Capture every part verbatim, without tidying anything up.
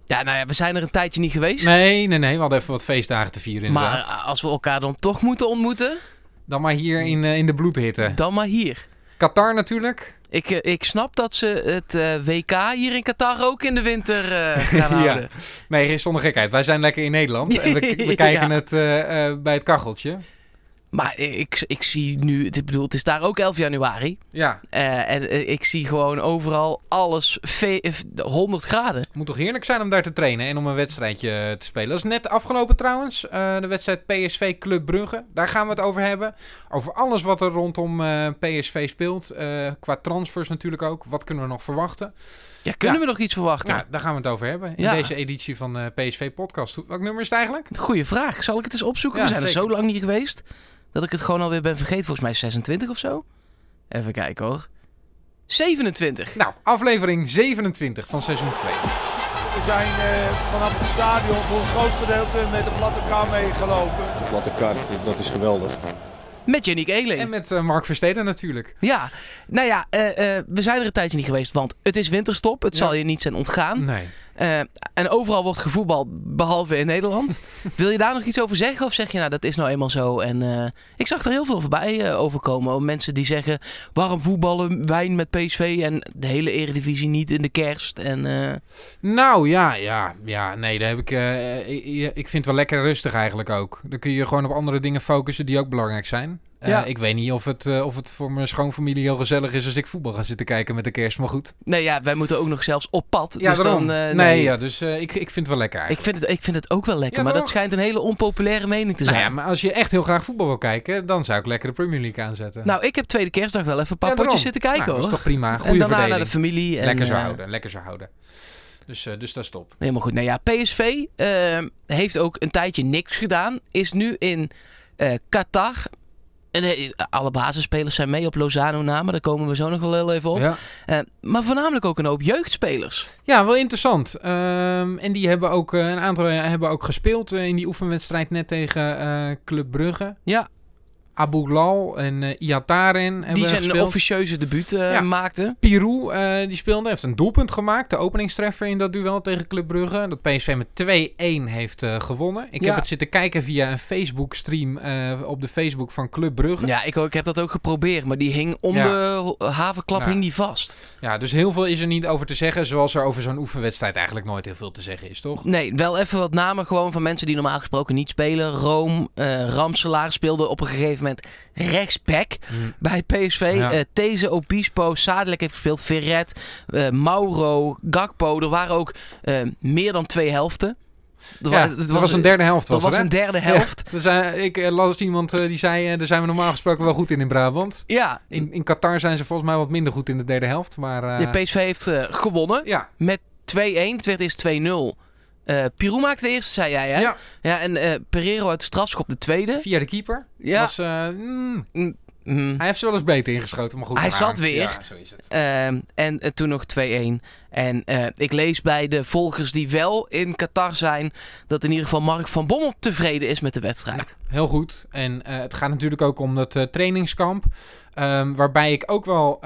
Ja, nou ja, we zijn er een tijdje niet geweest. Nee, nee, nee. We hadden even wat feestdagen te vieren inderdaad. Maar als we elkaar dan toch moeten ontmoeten... Dan maar hier in, uh, in de bloedhitte. Dan maar hier. Qatar natuurlijk. Ik, uh, ik snap dat ze het uh, W K hier in Qatar ook in de winter uh, gaan houden. Ja. Nee, zonder gekheid. Wij zijn lekker in Nederland. En we, we kijken ja. het uh, uh, bij het kacheltje. Maar ik, ik zie nu, ik bedoel, het is daar ook elf januari. Ja. Uh, en uh, ik zie gewoon overal alles ve- honderd graden. Het moet toch heerlijk zijn om daar te trainen en om een wedstrijdje te spelen. Dat is net afgelopen trouwens. Uh, de wedstrijd P S V Club Brugge. Daar gaan we het over hebben. Over alles wat er rondom uh, P S V speelt. Uh, qua transfers natuurlijk ook. Wat kunnen we nog verwachten? Ja, kunnen ja. we nog iets verwachten? Ja, daar gaan we het over hebben in ja. deze editie van uh, P S V Podcast. Welk nummer is het eigenlijk? Goeie vraag. Zal ik het eens opzoeken? Ja, we zijn zeker. er zo lang niet geweest dat ik het gewoon alweer ben vergeten. Volgens mij zesentwintig of zo. Even kijken hoor. zevenentwintig. Nou, aflevering zevenentwintig van seizoen twee. We zijn uh, vanaf het stadion voor een groot gedeelte met de platte kar meegelopen. De platte kar, dat is geweldig. Met Yannick Eeling. En met uh, Mark Versteden natuurlijk. Ja, nou ja, uh, uh, we zijn er een tijdje niet geweest, want het is winterstop. Het ja. zal je niet zijn ontgaan. Nee. Uh, en overal wordt gevoetbald, behalve in Nederland. Wil je daar nog iets over zeggen? Of zeg je, nou, dat is nou eenmaal zo. En uh, ik zag er heel veel voorbij uh, overkomen. Mensen die zeggen, waarom voetballen wij met P S V en de hele Eredivisie niet in de kerst? En, uh... Nou, ja, ja, ja. Nee, daar heb ik, uh, ik... Ik vind het wel lekker rustig eigenlijk ook. Dan kun je gewoon op andere dingen focussen die ook belangrijk zijn. Uh, ja. Ik weet niet of het, uh, of het voor mijn schoonfamilie heel gezellig is als ik voetbal ga zitten kijken met de kerst, maar goed. Nee, ja, wij moeten ook nog zelfs op pad. Ja, dus dan, uh, nee, nee, ja, dus uh, ik, ik vind het wel lekker eigenlijk. Ik vind het, ik vind het ook wel lekker, Ja, maar toch? dat schijnt een hele onpopulaire mening te zijn. Nou ja, maar als je echt heel graag voetbal wil kijken, dan zou ik lekker de Premier League aanzetten. Nou, ik heb tweede kerstdag wel even een paar Ja, potjes daarom. zitten kijken, nou, hoor. Dat is toch prima, goede en daarna verdeling. naar de familie. En, lekker zo uh, houden, lekker zo houden. Dus, uh, dus dat is top. Helemaal goed. Nou ja, P S V uh, heeft ook een tijdje niks gedaan. Is nu in uh, Qatar. En uh, alle basisspelers zijn mee op Lozano na, maar daar komen we zo nog wel heel even op. Ja. Uh, maar voornamelijk ook een hoop jeugdspelers. Ja, wel interessant. Um, en die hebben ook, uh, een aantal hebben ook gespeeld uh, in die oefenwedstrijd net tegen uh, Club Brugge. Ja. Abu Lal en uh, Iataren hebben Die zijn gespeeld. een officieuze debuut uh, Ja. maakten. Pirou, uh, die speelde, heeft een doelpunt gemaakt. De openingstreffer in dat duel tegen Club Brugge. Dat P S V met twee-een heeft uh, gewonnen. Ik Ja. heb het zitten kijken via een Facebook-stream uh, op de Facebook van Club Brugge. Ja, ik, ook, ik heb dat ook geprobeerd, maar die hing om Ja. de havenklap Ja. hing die vast. Ja, dus heel veel is er niet over te zeggen. Zoals er over zo'n oefenwedstrijd eigenlijk nooit heel veel te zeggen is, toch? Nee, wel even wat namen gewoon van mensen die normaal gesproken niet spelen. Room, uh, Ramselaar speelde op een gegeven moment rechtsback Hmm. bij P S V. Ja. Uh, These, Obispo, Sadilek heeft gespeeld. Verret, uh, Mauro, Gakpo. Er waren ook uh, meer dan twee helften. Er Ja, wa- het was, was een derde helft. Er Was was er, een derde helft. Ja, er zijn, ik uh, las iemand uh, die zei, uh, daar zijn we normaal gesproken wel goed in in Brabant. Ja, In, in Qatar zijn ze volgens mij wat minder goed in de derde helft. Maar uh, de P S V heeft uh, gewonnen ja, met twee-een. Het werd eerst twee-nul. Uh, Pirou maakte de eerste, zei jij, hè? ja, Ja, en uh, Pereiro uit de strafschop de tweede. via de keeper. Ja. Was, uh, mm, Mm. hij heeft ze wel eens beter ingeschoten, maar goed. Hij maar- zat weer. Ja, zo is het. Um, en uh, toen nog twee-een. En uh, ik lees bij de volgers die wel in Qatar zijn, dat in ieder geval Mark van Bommel tevreden is met de wedstrijd. Heel goed. En uh, het gaat natuurlijk ook om dat uh, trainingskamp. Um, waarbij ik ook wel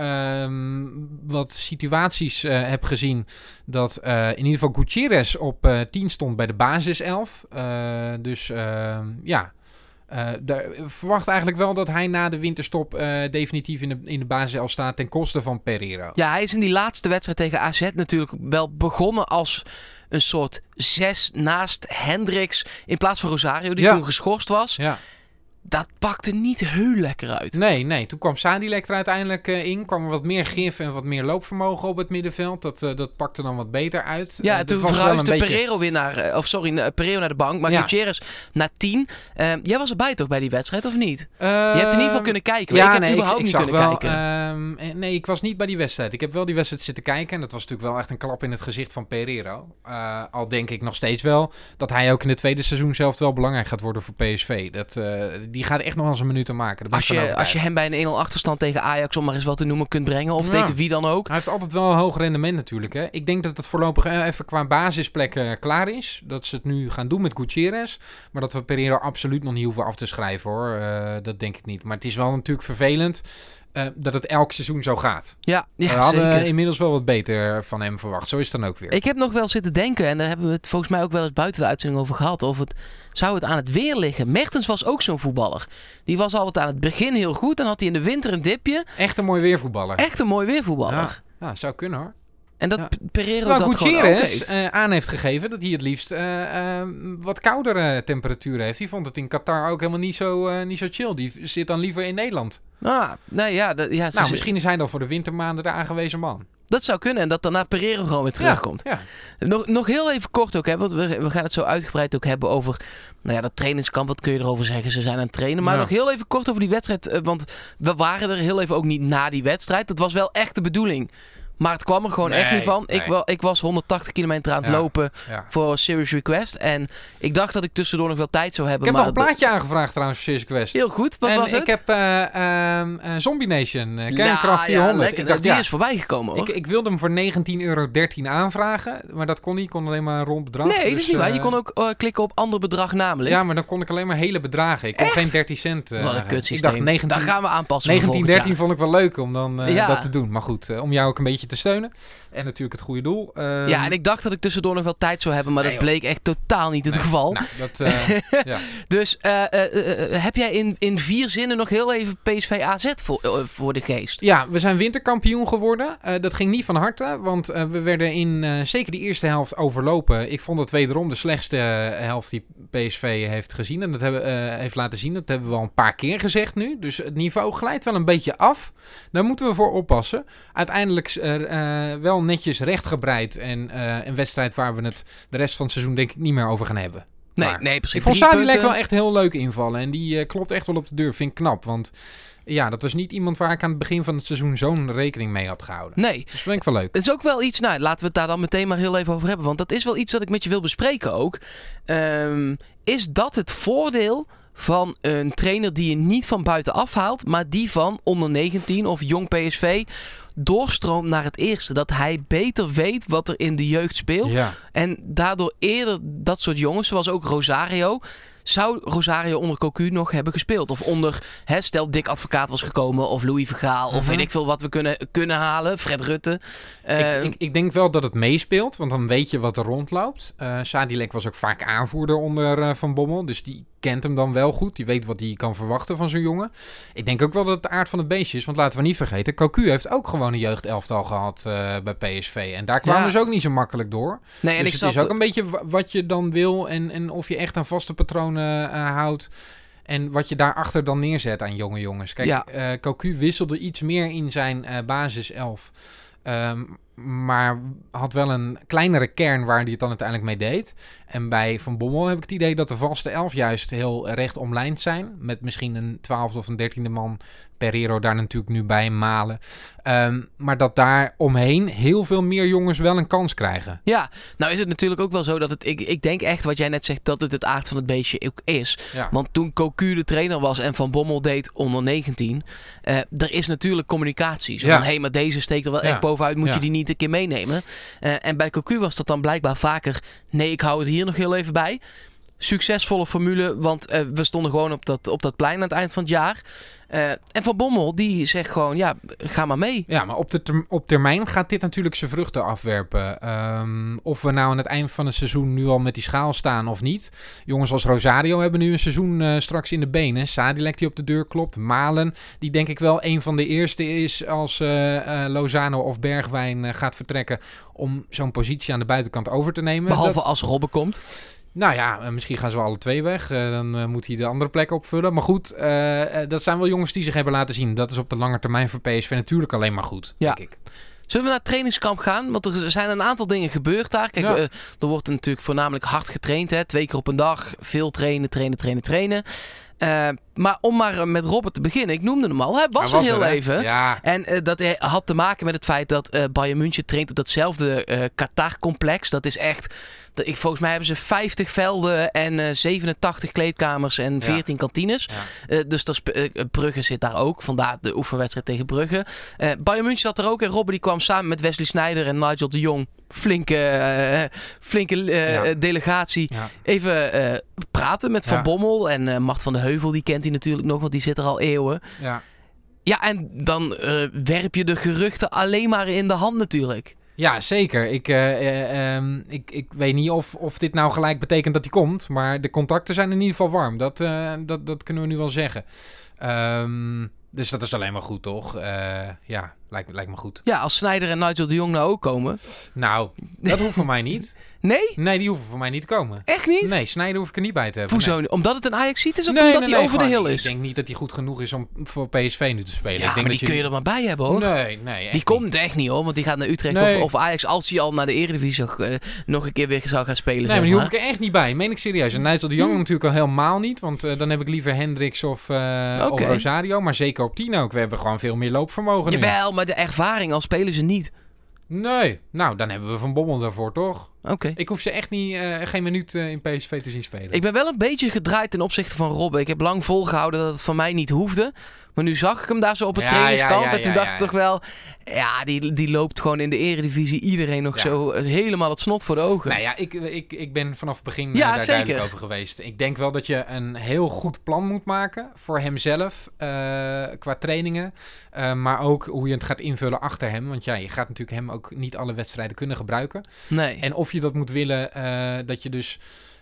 um, wat situaties uh, heb gezien dat uh, in ieder geval Gutierrez op uh, tien stond bij de basiself. Uh, dus uh, ja... Uh, daar, verwacht eigenlijk wel dat hij na de winterstop uh, definitief in de, in de basiself staat ten koste van Pereiro. Ja, hij is in die laatste wedstrijd tegen A Z natuurlijk wel begonnen als een soort zes naast Hendricks in plaats van Rosario, die Ja. toen geschorst was. Ja. Dat pakte niet heel lekker uit. Nee, nee. Toen kwam Sadilek er uiteindelijk uh, in. Kwam er wat meer gif en wat meer loopvermogen op het middenveld. Dat, uh, dat pakte dan wat beter uit. Ja, Uh, toen dat was wel verhuisde een beetje- Pereiro weer naar, uh, of sorry, uh, Pereiro naar de bank, maar Ja. Gutierrez naar tien. Uh, jij was erbij toch bij die wedstrijd, of niet? Uh, Je hebt in ieder geval kunnen kijken. Ja, ik heb nee, überhaupt ik, ik niet zag kunnen wel, kijken. Um, nee, ik was niet bij die wedstrijd. Ik heb wel die wedstrijd zitten kijken. En dat was natuurlijk wel echt een klap in het gezicht van Pereiro. Uh, al denk ik nog steeds wel dat hij ook in het tweede seizoen zelf wel belangrijk gaat worden voor P S V. Dat, uh, die gaat echt nog wel zijn minuten maken. Daar ben Als ik van je, als je overtuigd. hem bij een één nul achterstand tegen Ajax, om maar eens wat te noemen, kunt brengen. Of Ja. tegen wie dan ook. Hij heeft altijd wel een hoog rendement natuurlijk. Hè? Ik denk dat het voorlopig uh, even qua basisplek uh, klaar is. Dat ze het nu gaan doen met Gutierrez. Maar dat we Pereiro absoluut nog niet hoeven af te schrijven hoor. Uh, dat denk ik niet. Maar het is wel natuurlijk vervelend. uh, dat het elk seizoen zo gaat. Ja, ja We hadden zeker. inmiddels wel wat beter van hem verwacht. Zo is het dan ook weer. Ik heb nog wel zitten denken, en daar hebben we het volgens mij ook wel eens buiten de uitzending over gehad, of het, zou het aan het weer liggen? Mertens was ook zo'n voetballer. Die was altijd aan het begin heel goed, dan had hij in de winter een dipje. Echt een mooi weervoetballer. Echt een mooi weervoetballer. Ja, ja zou kunnen hoor. En dat Ja. Pereiro Terwijl dat gewoon ook Gutierrez heeft. uh, aan heeft gegeven dat hij het liefst uh, uh, wat koudere temperaturen heeft. Die vond het in Qatar ook helemaal niet zo, uh, niet zo chill. Die zit dan liever in Nederland. Ah, nee, ja, dat, ja, Nou, ze- misschien is hij dan voor de wintermaanden de aangewezen man. dat zou kunnen. En dat daarna Pereiro gewoon weer terugkomt. Ja, ja. Nog, nog heel even kort ook, hè, want we, we gaan het zo uitgebreid ook hebben over nou ja, dat trainingskamp. Wat kun je erover zeggen? Ze zijn aan het trainen. Maar Ja. nog heel even kort over die wedstrijd. uh, Want we waren er heel even ook niet na die wedstrijd. Dat was wel echt de bedoeling. Maar het kwam er gewoon echt Nee, niet van. Ik, nee. wel, ik was honderdtachtig kilometer aan het Ja. lopen Ja. voor Serious Request. En ik dacht dat ik tussendoor nog wel tijd zou Ik hebben. heb nog maar een plaatje aangevraagd trouwens voor Serious Quest. heel goed. Wat en was het? ik heb uh, um, uh, Zombie Nation, uh, Ja, Kernkraft ja, vierhonderd. lekker. Ik dacht, die ja, is voorbij gekomen hoor. ik, ik wilde hem voor negentien euro dertien aanvragen. Maar dat kon niet. Ik kon alleen maar een rond bedrag. nee, dat dus, is niet waar. uh, Je kon ook uh, klikken op ander bedrag namelijk. Ja, maar dan kon ik alleen maar hele bedragen. Ik kon Echt? geen dertien cent. Uh, Wat een zeggen. kutsysteem. Ik dacht negentien, Daar gaan we aanpassen voor negentien volgend dertien jaar. vond ik wel leuk om dan uh, Ja. dat te doen. Maar goed, uh, om jou ook een beetje te steunen. En natuurlijk het goede doel. Uh, Ja, en ik dacht dat ik tussendoor nog wel tijd zou hebben, maar Nee, dat joh. bleek echt totaal niet het geval. Nou, dat, uh, ja. Dus uh, uh, uh, heb jij in, in vier zinnen nog heel even P S V A Z voor, uh, voor de geest? Ja, we zijn winterkampioen geworden. Uh, dat ging niet van harte, want uh, we werden in uh, zeker die eerste helft overlopen. Ik vond dat wederom de slechtste uh, helft die P S V heeft gezien. En dat hebben, uh, heeft laten zien. Dat hebben we al een paar keer gezegd nu. Dus het niveau glijdt wel een beetje af. Daar moeten we voor oppassen. Uiteindelijk uh, uh, wel netjes rechtgebreid. En uh, een wedstrijd waar we het de rest van het seizoen denk ik niet meer over gaan hebben. Nee, Maar nee, precies. ik vond Drie Sadilek punten. wel echt heel leuk invallen. En die uh, klopt echt wel op de deur. Vind ik knap. Want ja, dat was niet iemand waar ik aan het begin van het seizoen zo'n rekening mee had gehouden. Nee. Dus vind ik wel leuk. Het is ook wel iets, nou laten we het daar dan meteen maar heel even over hebben. Want dat is wel iets dat ik met je wil bespreken ook. Um, is dat het voordeel van een trainer die je niet van buitenaf haalt, maar die van onder negentien of jong P S V doorstroomt naar het eerste. Dat hij beter weet wat er in de jeugd speelt. Ja. En daardoor eerder dat soort jongens, zoals ook Rosario, zou Rosario onder Cocu nog hebben gespeeld. Of onder, hè, stel Dick Advocaat was gekomen, of Louis Vergaal, of Mhm. weet ik veel wat we kunnen, kunnen halen. Fred Rutte. Uh, Ik, ik, ik denk wel dat het meespeelt, want dan weet je wat er rondloopt. Uh, Sadilek was ook vaak aanvoerder onder uh, Van Bommel, dus die kent hem dan wel goed. Die weet wat hij kan verwachten van zo'n jongen. Ik denk ook wel dat het de aard van het beestje is, want laten we niet vergeten, Cocu heeft ook gewoon een jeugdelftal gehad uh, bij P S V. En daar kwamen Ja. ze ook niet zo makkelijk door. nee, en dus ik het zat, is ook een beetje wa- wat je dan wil en, en of je echt aan vaste patronen uh, houdt. En wat je daarachter dan neerzet aan jonge jongens. Kijk, Ja. uh, Cocu wisselde iets meer in zijn uh, basiself. Um, maar had wel een kleinere kern waar hij het dan uiteindelijk mee deed. En bij Van Bommel heb ik het idee dat de vaste elf juist heel recht omlijnd zijn. Met misschien een twaalfde of een dertiende man. Pereiro daar natuurlijk nu bij, Malen. Um, maar dat daar omheen heel veel meer jongens wel een kans krijgen. Ja, nou is het natuurlijk ook wel zo dat het... Ik, ik denk echt wat jij net zegt, dat het het aard van het beestje ook is. Ja. Want toen Cocu de trainer was en Van Bommel deed onder negentien... Uh, er is natuurlijk communicatie. Zo Ja. van, hé, maar deze steekt er wel Ja. echt bovenuit. Moet Ja. je die niet een keer meenemen? Uh, en bij Cocu was dat dan blijkbaar vaker... Nee, ik hou het hier nog heel even bij. Succesvolle formule, want uh, we stonden gewoon op dat, op dat plein aan het eind van het jaar. Uh, en Van Bommel, die zegt gewoon, ja, ga maar mee. Ja, maar op, de term- op termijn gaat dit natuurlijk zijn vruchten afwerpen. Um, of we nou aan het eind van het seizoen nu al met die schaal staan of niet. Jongens als Rosario hebben nu een seizoen uh, straks in de benen. Sadilek die op de deur klopt. Malen, die denk ik wel een van de eerste is als uh, uh, Lozano of Bergwijn uh, gaat vertrekken om zo'n positie aan de buitenkant over te nemen. Behalve Dat... als Robben komt. Nou ja, misschien gaan ze wel alle twee weg. Uh, dan uh, moet hij de andere plek opvullen. Maar goed, uh, uh, dat zijn wel jongens die zich hebben laten zien. Dat is op de lange termijn voor P S V natuurlijk alleen maar goed, Ja. denk ik. Zullen we naar het trainingskamp gaan? Want er zijn een aantal dingen gebeurd daar. Kijk, Ja. uh, er wordt natuurlijk voornamelijk hard getraind. Hè? Twee keer op een dag. Veel trainen, trainen, trainen, trainen. Uh, maar om maar met Robben te beginnen. Ik noemde hem al. Hij was, Hij er heel hè? even. Ja. En uh, dat had te maken met het feit dat uh, Bayern München traint op datzelfde uh, Qatar-complex. Dat is echt... Dat, ik, volgens mij hebben ze vijftig velden en uh, zevenentachtig kleedkamers en veertien Ja. kantines. Ja. Uh, dus er sp- uh, Brugge zit daar ook. Vandaar de oefenwedstrijd tegen Brugge. Uh, Bayern München zat er ook. En Robben die kwam samen met Wesley Sneijder en Nigel de Jong. Flinke, uh, flinke uh, Ja. delegatie. Ja. Even uh, praten met Van Ja. Bommel. En uh, Mart van de Heuvel, die kent hij natuurlijk nog. Want die zit er al eeuwen. Ja. Ja, en dan uh, werp je de geruchten alleen maar in de hand natuurlijk. Ja, zeker. Ik, uh, uh, um, ik, ik weet niet of, of dit nou gelijk betekent dat hij komt. Maar de contacten zijn in ieder geval warm. Dat, uh, dat, dat kunnen we nu wel zeggen. Um, dus dat is alleen maar goed, toch? Uh, ja, lijkt, lijkt me goed. Ja, als Sneijder en Nigel de Jong nou ook komen. Nou, dat hoeft voor mij niet. Nee? Nee, die hoeven voor mij niet te komen. Echt niet? Nee, Sneijder hoef ik er niet bij te hebben. Hoezo? Nee. Omdat het een Ajaxiet is of nee, omdat nee, hij nee, over de gewoon, hill is? Ik denk niet dat hij goed genoeg is om voor P S V nu te spelen. Ja, ik denk maar dat die je... kun je er maar bij hebben, hoor. Nee, nee. Die komt niet. echt niet, hoor. Want die gaat naar Utrecht nee. of, of Ajax als hij al naar de Eredivisie uh, nog een keer weer zou gaan spelen. Nee, zeg maar die maar. hoef ik er echt niet bij. Meen ik serieus. En Nigel de Jong hmm. natuurlijk al helemaal niet. Want uh, dan heb ik liever Hendricks of, uh, okay. of Rosario. Maar zeker op tien ook. We hebben gewoon veel meer loopvermogen Jawel, nu. maar de ervaring al spelen ze niet. Nee, nou dan hebben we Van Bommel daarvoor, toch? Oké. Okay. Ik hoef ze echt niet, uh, geen minuut uh, in P S V te zien spelen. Ik ben wel een beetje gedraaid ten opzichte van Robben. Ik heb lang volgehouden dat het van mij niet hoefde. Maar nu zag ik hem daar zo op het ja, trainingskamp. Ja, ja, en toen ja, dacht ik ja, ja. toch wel... Ja, die, die loopt gewoon in de Eredivisie iedereen nog ja. zo helemaal het snot voor de ogen. Nou ja, ik, ik, ik ben vanaf het begin ja, uh, daar zeker. duidelijk over geweest. Ik denk wel dat je een heel goed plan moet maken voor hemzelf. Uh, qua trainingen. Uh, maar ook hoe je het gaat invullen achter hem. Want ja, je gaat natuurlijk hem ook niet alle wedstrijden kunnen gebruiken. Nee. En of je dat moet willen, uh, dat je dus...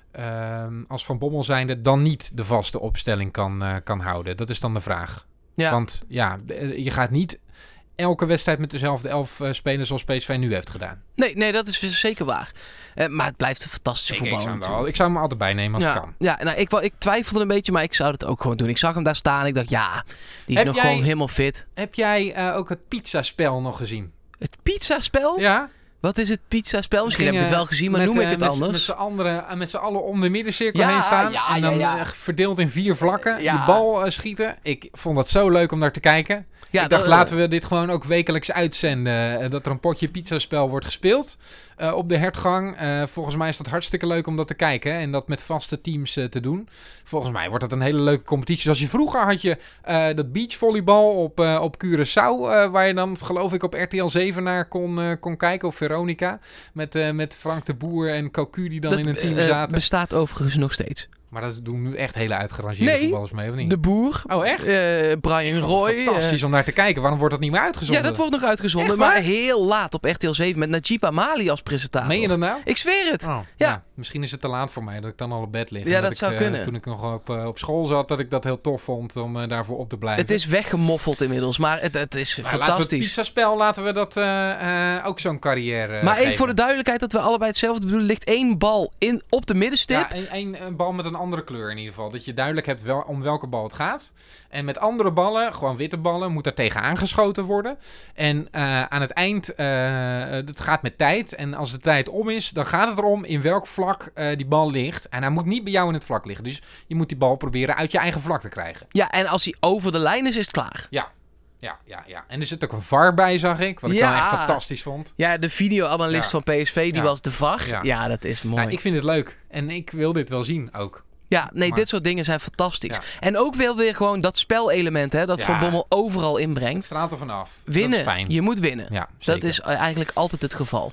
Uh, als Van Bommel zijnde dan niet de vaste opstelling kan, uh, kan houden. Dat is dan de vraag. Ja. Want ja, je gaat niet elke wedstrijd met dezelfde elf uh, spelen zoals P S V nu heeft gedaan. Nee, nee, dat is zeker waar. Uh, maar het blijft een fantastische voetbal. Ik, ik, zou ik zou hem altijd bijnemen als ja, het kan. Ja, nou, ik, ik twijfelde een beetje, maar ik zou het ook gewoon doen. Ik zag hem daar staan en ik dacht, ja, die is heb nog jij, gewoon helemaal fit. Heb jij uh, ook het pizzaspel nog gezien? Het pizzaspel? Ja. Wat is het pizzaspel? Misschien heb ik het wel gezien, maar met, noem ik het met, anders. Met z'n andere, met z'n allen om de middencirkel ja, heen staan. Ja, en dan ja, ja. verdeeld in vier vlakken. Ja. Die bal uh, schieten. Ik vond dat zo leuk om naar te kijken. Ja, ik dacht, dat, laten we dit gewoon ook wekelijks uitzenden. Uh, dat er een potje pizzaspel wordt gespeeld uh, op de hertgang. Uh, volgens mij is dat hartstikke leuk om dat te kijken. Hè? En dat met vaste teams uh, te doen. Volgens mij wordt dat een hele leuke competitie. Zoals je vroeger had je uh, dat beachvolleybal op, uh, op Curaçao. Uh, waar je dan, geloof ik, op R T L zeven naar kon, uh, kon kijken. Of Veronica. Met, uh, met Frank de Boer en Cocu die dan dat, in een team uh, zaten. Bestaat overigens nog steeds. Maar dat doen nu echt hele uitgerangeerde nee, voetballers mee, of niet? De Boer. Oh, echt? Uh, Brian Roy. Fantastisch uh, om naar te kijken. Waarom wordt dat niet meer uitgezonden? Ja, dat wordt nog uitgezonden. Maar heel laat op R T L zeven met Najib Amali als presentator. Meen je dat nou? Ik zweer het. Oh, ja. ja. Misschien is het te laat voor mij dat ik dan al op bed lig. Ja, dat, dat ik, zou uh, kunnen. Toen ik nog op, uh, op school zat, dat ik dat heel tof vond om uh, daarvoor op te blijven. Het is weggemoffeld inmiddels, maar het, het is maar fantastisch. Laten we het pizzaspel, laten we dat uh, uh, ook zo'n carrière uh, Maar geven. even voor de duidelijkheid dat we allebei hetzelfde bedoelen. Er ligt één bal in, op de middenstip. Ja, een, een, een bal met een andere kleur in ieder geval. Dat je duidelijk hebt wel, om welke bal het gaat. En met andere ballen, gewoon witte ballen, moet er tegenaan geschoten worden. En uh, aan het eind, uh, het gaat met tijd. En als de tijd om is, dan gaat het erom in welk vlak uh, die bal ligt. En hij moet niet bij jou in het vlak liggen. Dus je moet die bal proberen uit je eigen vlak te krijgen. Ja, en als hij over de lijn is, is het klaar. Ja. Ja, ja, ja. En er zit ook een V A R bij, zag ik. Wat ik ja. dan echt fantastisch vond. Ja, de videoanalist ja. van P S V, die ja. was de V A R. Ja. ja, dat is mooi. Ja, ik vind het leuk. En ik wil dit wel zien ook. Ja, nee, maar... dit soort dingen zijn fantastisch. Ja. En ook wel weer gewoon dat spelelement, hè, dat ja. Van Bommel overal inbrengt. Het straalt er vanaf. Winnen. Dat is fijn. Je moet winnen. Ja, dat is eigenlijk altijd het geval.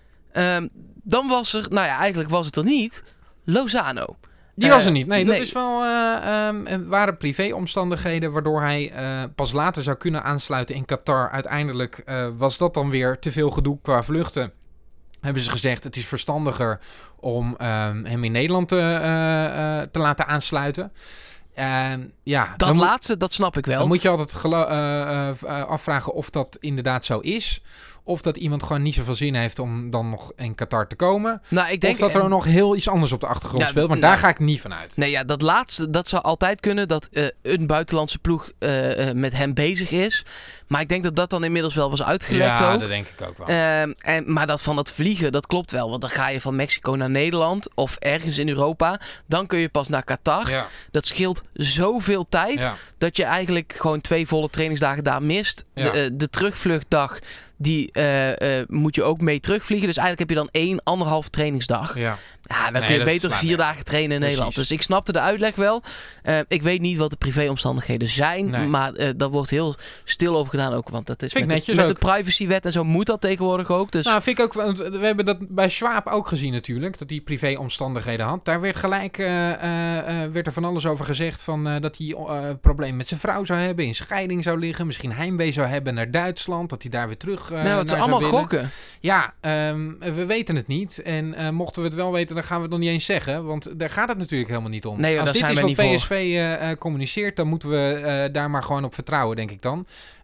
Um, dan was er, nou ja, eigenlijk was het er niet, Lozano. Die was er niet. Nee, nee. dat is wel, uh, um, waren privéomstandigheden waardoor hij uh, pas later zou kunnen aansluiten in Qatar. Uiteindelijk uh, was dat dan weer te veel gedoe qua vluchten. Hebben ze gezegd, het is verstandiger om um, hem in Nederland te, uh, uh, te laten aansluiten. Uh, ja, dat laatste, moet, dat snap ik wel. Dan moet je altijd gelo- uh, uh, afvragen of dat inderdaad zo is. Of dat iemand gewoon niet zoveel zin heeft om dan nog in Qatar te komen. Nou, ik denk, of dat er en... nog heel iets anders op de achtergrond ja, speelt. Maar nou, daar ga ik niet van uit. Nee, ja, dat laatste, dat zou altijd kunnen. Dat uh, een buitenlandse ploeg uh, uh, met hem bezig is. Maar ik denk dat dat dan inmiddels wel was uitgelekt ja, ook. dat denk ik ook wel. Uh, en, maar dat van dat vliegen, dat klopt wel. Want dan ga je van Mexico naar Nederland of ergens in Europa. Dan kun je pas naar Qatar. Ja. Dat scheelt zoveel tijd ja. dat je eigenlijk gewoon twee volle trainingsdagen daar mist. Ja. De, uh, de terugvluchtdag... Die uh, uh, moet je ook mee terugvliegen. Dus eigenlijk heb je dan één, anderhalf trainingsdag. Ja. Ja, dan Nee, kun je dat beter slaat vier nergens. dagen trainen in Precies. Nederland. Dus ik snapte de uitleg wel. Uh, ik weet niet wat de privéomstandigheden zijn. Nee. Maar uh, daar wordt heel stil over gedaan ook. Want dat is Vind ik met, netjes de, met ook. de privacywet en zo moet dat tegenwoordig ook. Dus Nou, vind ik ook, want we hebben dat bij Schwab ook gezien natuurlijk, dat hij privéomstandigheden had. Daar werd gelijk, uh, uh, uh, werd er van alles over gezegd van uh, dat hij uh, problemen met zijn vrouw zou hebben, in scheiding zou liggen, misschien heimwee zou hebben naar Duitsland, dat hij daar weer terug uh, nou, het naar is zou allemaal willen. gokken. Ja, um, we weten het niet. En uh, mochten we het wel weten, dan gaan we het nog niet eens zeggen. Want daar gaat het natuurlijk helemaal niet om. Nee, joh, Als daar dit zijn is wij wat niet P S V uh, uh, communiceert, dan moeten we uh, daar maar gewoon op vertrouwen, denk ik dan.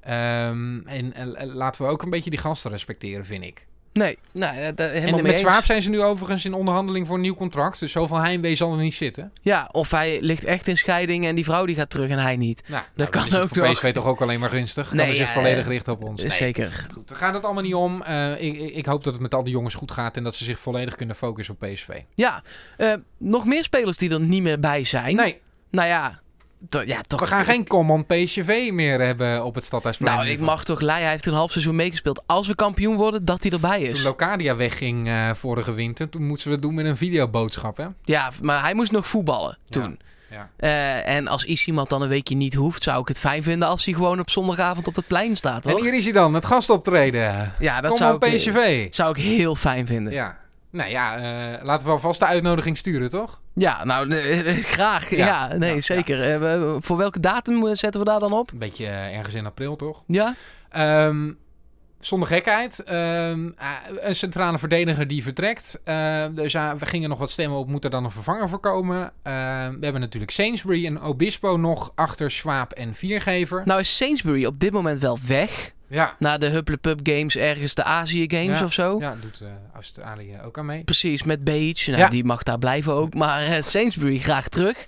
Um, en uh, laten we ook een beetje die gasten respecteren, vind ik. Nee, nou, uh, daar helemaal En mee met eens. Schwab zijn ze nu overigens in onderhandeling voor een nieuw contract. Dus zoveel heimwee zal er niet zitten. Ja, of hij ligt echt in scheiding en die vrouw die gaat terug en hij niet. Nou, Dat nou, kan dan is het ook voor nog. P S V toch ook alleen maar gunstig. Kan Nee, hij zich ja, volledig uh, richten op ons. Nee. Zeker. Goed, daar gaat het allemaal niet om. Uh, ik, ik hoop dat het met al die jongens goed gaat en dat ze zich volledig kunnen focussen op P S V. Ja, uh, nog meer spelers die er niet meer bij zijn. Nee. Nou ja, to- ja toch. We gaan geen Common P S V meer hebben op het Stadhuisplein. Nou, ik mag toch Leij, hij heeft een half seizoen meegespeeld. Als we kampioen worden, dat hij erbij is. Toen Locadia wegging uh, vorige winter, toen moesten we het doen met een videoboodschap, hè? Ja, maar hij moest nog voetballen toen. Ja. Uh, en als is iemand dan een weekje niet hoeft, zou ik het fijn vinden als hij gewoon op zondagavond op het plein staat, hoor. En hier is hij dan, het gastoptreden. Ja, dat Common zou P S ik, V. zou ik heel fijn vinden. Ja, Ja. Nou ja, uh, laten we alvast de uitnodiging sturen, toch? ja nou, uh, graag. Ja, Ja, nee, ja, zeker. Uh, uh, voor welke datum zetten we daar dan op? Een beetje uh, ergens in april, toch? Ja? Um, zonder gekheid. Um, uh, een centrale verdediger die vertrekt. Uh, dus uh, we gingen nog wat stemmen op, moet er dan een vervanger voor komen? Uh, we hebben natuurlijk Sainsbury en Obispo nog achter Schwab en Viergever. Nou is Sainsbury op dit moment wel weg. Ja. Na de Hupplepup Games, ergens de Azië Games Ja, of zo. Ja, doet uh, Australië ook aan mee. Precies, met Beach. Nou, Ja. die mag daar blijven ook. Maar uh, Sainsbury graag terug.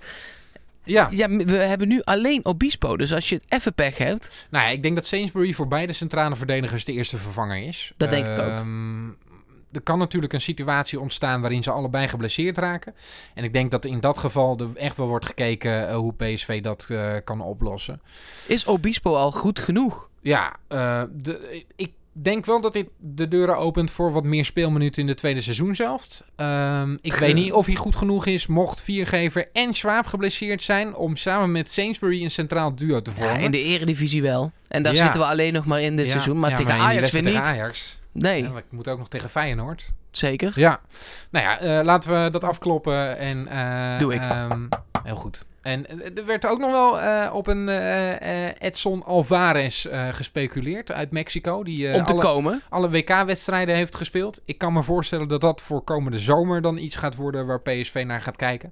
Ja. Ja, m- we hebben nu alleen Obispo. Dus als je het even pech hebt... Nou ja, ik denk dat Sainsbury voor beide centrale verdedigers de eerste vervanger is. Dat denk ik ook. Um, er kan natuurlijk een situatie ontstaan waarin ze allebei geblesseerd raken. En ik denk dat in dat geval er echt wel wordt gekeken uh, hoe P S V dat uh, kan oplossen. Is Obispo al goed genoeg? Ja, uh, de, ik denk wel dat dit de deuren opent voor wat meer speelminuten in de tweede seizoenshelft. Um, ik weet niet of hij goed genoeg is, mocht Viergever en Schwab geblesseerd zijn, om samen met Sainsbury een centraal duo te vormen. Ja, in de eredivisie wel. En daar Ja. zitten we alleen nog maar in dit Ja, seizoen. Maar ja, tegen in die Ajax weer wedstrijd niet. tegen Ajax. Nee, Ja, maar ik moet ook nog tegen Feyenoord. zeker. Ja, nou ja, uh, laten we dat afkloppen. En, uh, Doe ik. Um, heel goed. En uh, er werd ook nog wel uh, op een uh, uh, Edson Alvarez uh, gespeculeerd uit Mexico. Die uh, Om te alle, komen. alle W K-wedstrijden heeft gespeeld. Ik kan me voorstellen dat dat voor komende zomer dan iets gaat worden waar P S V naar gaat kijken.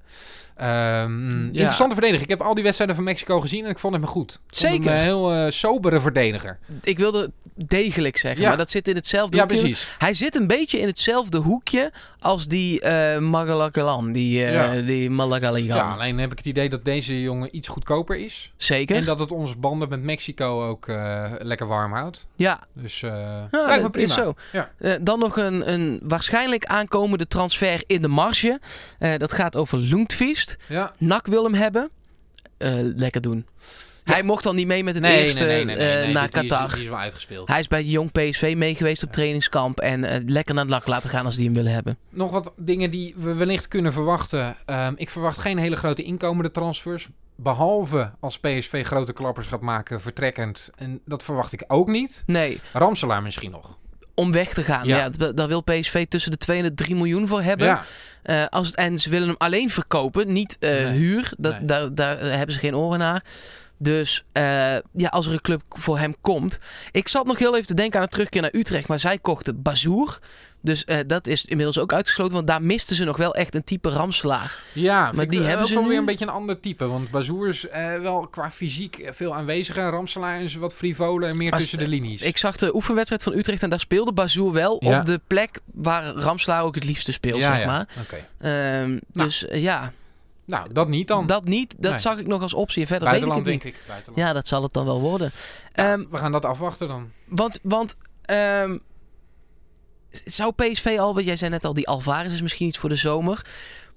Um, interessante verdediger. Ik heb al die wedstrijden van Mexico gezien en ik vond hem goed. Ik vond Zeker. hem een heel uh, sobere verdediger. Ik wilde degelijk zeggen, Ja. maar dat zit in hetzelfde Ja, hoekje. precies. Hij zit een beetje in hetzelfde hoekje als die uh, Magalakalan. Die, uh, Ja. die Malagaligan. Ja, alleen heb ik het idee dat deze jongen iets goedkoper is. Zeker. En dat het onze banden met Mexico ook uh, lekker warm houdt. Ja, Dus uh, ja lijkt me dat prima. is zo. Ja. Uh, dan nog een, een waarschijnlijk aankomende transfer in de marge. Uh, dat gaat over Lundqvist. Ja. N A C wil hem hebben. Uh, lekker doen. Ja. Hij mocht dan niet mee met het Nee, eerste nee, nee, nee, nee, uh, nee, naar die- die is- Qatar. Die is wel uitgespeeld. Hij is bij Jong P S V mee geweest op trainingskamp. En uh, lekker naar de N A C laten gaan als die hem willen hebben. Nog wat dingen die we wellicht kunnen verwachten. Um, ik verwacht geen hele grote inkomende transfers. Behalve als P S V grote klappers gaat maken, vertrekkend. En dat verwacht ik ook niet. Nee, Ramselaar misschien nog. om weg te gaan. Ja. Ja. d- daar wil P S V tussen de twee en de drie miljoen voor hebben. Ja. Uh, als het, en ze willen hem alleen verkopen, niet uh, Nee. huur. Dat, Nee. daar, daar hebben ze geen oren naar. Dus uh, ja, als er een club voor hem komt. Ik zat nog heel even te denken aan het terugkeer naar Utrecht. Maar zij kochten Bazoer. Dus uh, dat is inmiddels ook uitgesloten. Want daar misten ze nog wel echt een type Ramselaar. Ja, Maar maar die die hebben ook ze wel nu? weer een beetje een ander type. Want Bazoer is uh, wel qua fysiek veel aanweziger. Ramselaar is wat frivoler en meer Maar tussen de linies. Ik zag de oefenwedstrijd van Utrecht. En daar speelde Bazoer wel Ja. op de plek waar Ramselaar ook het liefste speelt. ja, zeg ja. maar. Oké. Um, dus uh, ja, Nou, dat niet dan. dat niet. Dat Nee. zag ik nog als optie. En verder weet ik het Buitenland, niet. denk ik. Buitenland. Ja, dat zal het dan wel worden. Nou, Um, we gaan dat afwachten dan. Want, want um, zou P S V al, want jij zei net al, die Alvarez is misschien iets voor de zomer.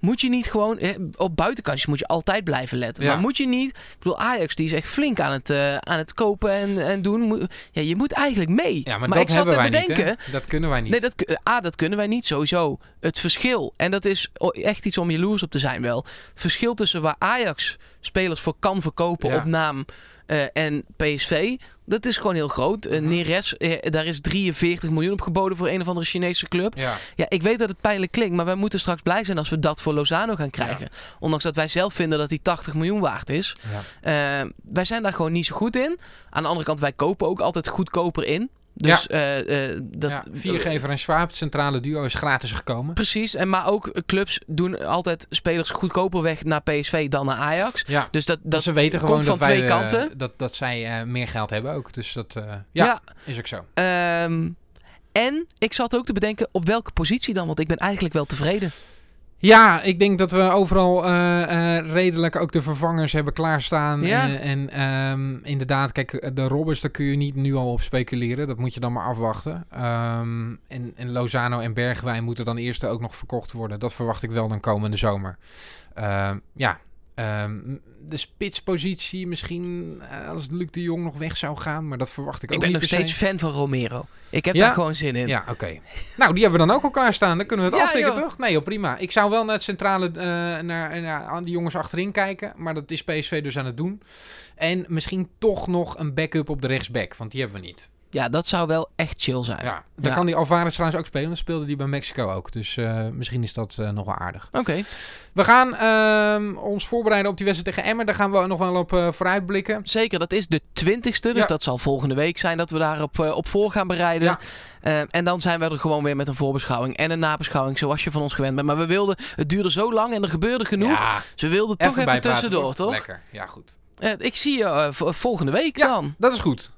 moet je niet gewoon... Eh, op buitenkantjes moet je altijd blijven letten. Ja. Maar moet je niet... Ik bedoel, Ajax die is echt flink aan het, uh, aan het kopen en, en doen. Mo- ja, je moet eigenlijk mee. Ja, maar, maar dat ik zat hebben te wij bedenken... niet, hè? Dat kunnen wij niet. Nee, dat, A, dat kunnen wij niet, sowieso. Het verschil, en dat is echt iets om jaloers op te zijn wel. Het verschil tussen waar Ajax spelers voor kan verkopen Ja. op naam uh, en P S V... Dat is gewoon heel groot. Uh, Neres, uh, daar is drieënveertig miljoen op geboden voor een of andere Chinese club. Ja. Ja, ik weet dat het pijnlijk klinkt, maar wij moeten straks blij zijn als we dat voor Lozano gaan krijgen. Ja. Ondanks dat wij zelf vinden dat hij tachtig miljoen waard is. Ja. Uh, wij zijn daar gewoon niet zo goed in. Aan de andere kant, wij kopen ook altijd goedkoper in. Dus ja. uh, uh, dat ja, Viergever en Schwab, het centrale duo, is gratis gekomen. Precies, en maar ook clubs doen altijd spelers goedkoper weg naar P S V dan naar Ajax. Ja. Dus dat, dat ze weten gewoon komt van dat twee wij, kanten. Uh, dat, dat zij uh, meer geld hebben ook. Dus dat uh, ja, ja, is ook zo. Um, en ik zat ook te bedenken op welke positie dan, want ik ben eigenlijk wel tevreden. Ja, ik denk dat we overal uh, uh, redelijk ook de vervangers hebben klaarstaan. Ja. En, en um, inderdaad, kijk, de Robbers, daar kun je niet nu al op speculeren. Dat moet je dan maar afwachten. Um, en, en Lozano en Bergwijn moeten dan eerst ook nog verkocht worden. Dat verwacht ik wel dan komende zomer. Uh, ja, um, de spitspositie misschien uh, als Luc de Jong nog weg zou gaan. Maar dat verwacht ik ook niet. Ik ben niet nog steeds fan van Romero. Ik heb ja? daar gewoon zin in. Ja, oké. Okay. Nou, die hebben we dan ook al klaarstaan. Dan kunnen we het ja, aftikken, joh. toch? Nee, joh, prima. Ik zou wel naar het centrale, uh, naar, naar die jongens achterin kijken. Maar dat is P S V dus aan het doen. En misschien toch nog een backup op de rechtsback. Want die hebben we niet. Ja, dat zou wel echt chill zijn. Ja, dan ja. kan die Alvarez trouwens ook spelen. Dan speelde die bij Mexico ook. Dus uh, misschien is dat uh, nog wel aardig. Oké. Okay. We gaan uh, ons voorbereiden op die wedstrijd tegen Emmen. Daar gaan we nog wel op uh, vooruitblikken. Zeker, dat is de twintigste. Dus ja. dat zal volgende week zijn dat we daarop uh, op voor gaan bereiden. Ja. Uh, en dan zijn we er gewoon weer met een voorbeschouwing en een nabeschouwing zoals je van ons gewend bent. Maar we wilden, het duurde zo lang en er gebeurde genoeg. Ja. Dus we wilden toch even, even tussendoor, toch? Lekker, ja goed. Uh, ik zie je uh, v- volgende week ja, dan. Dat is goed.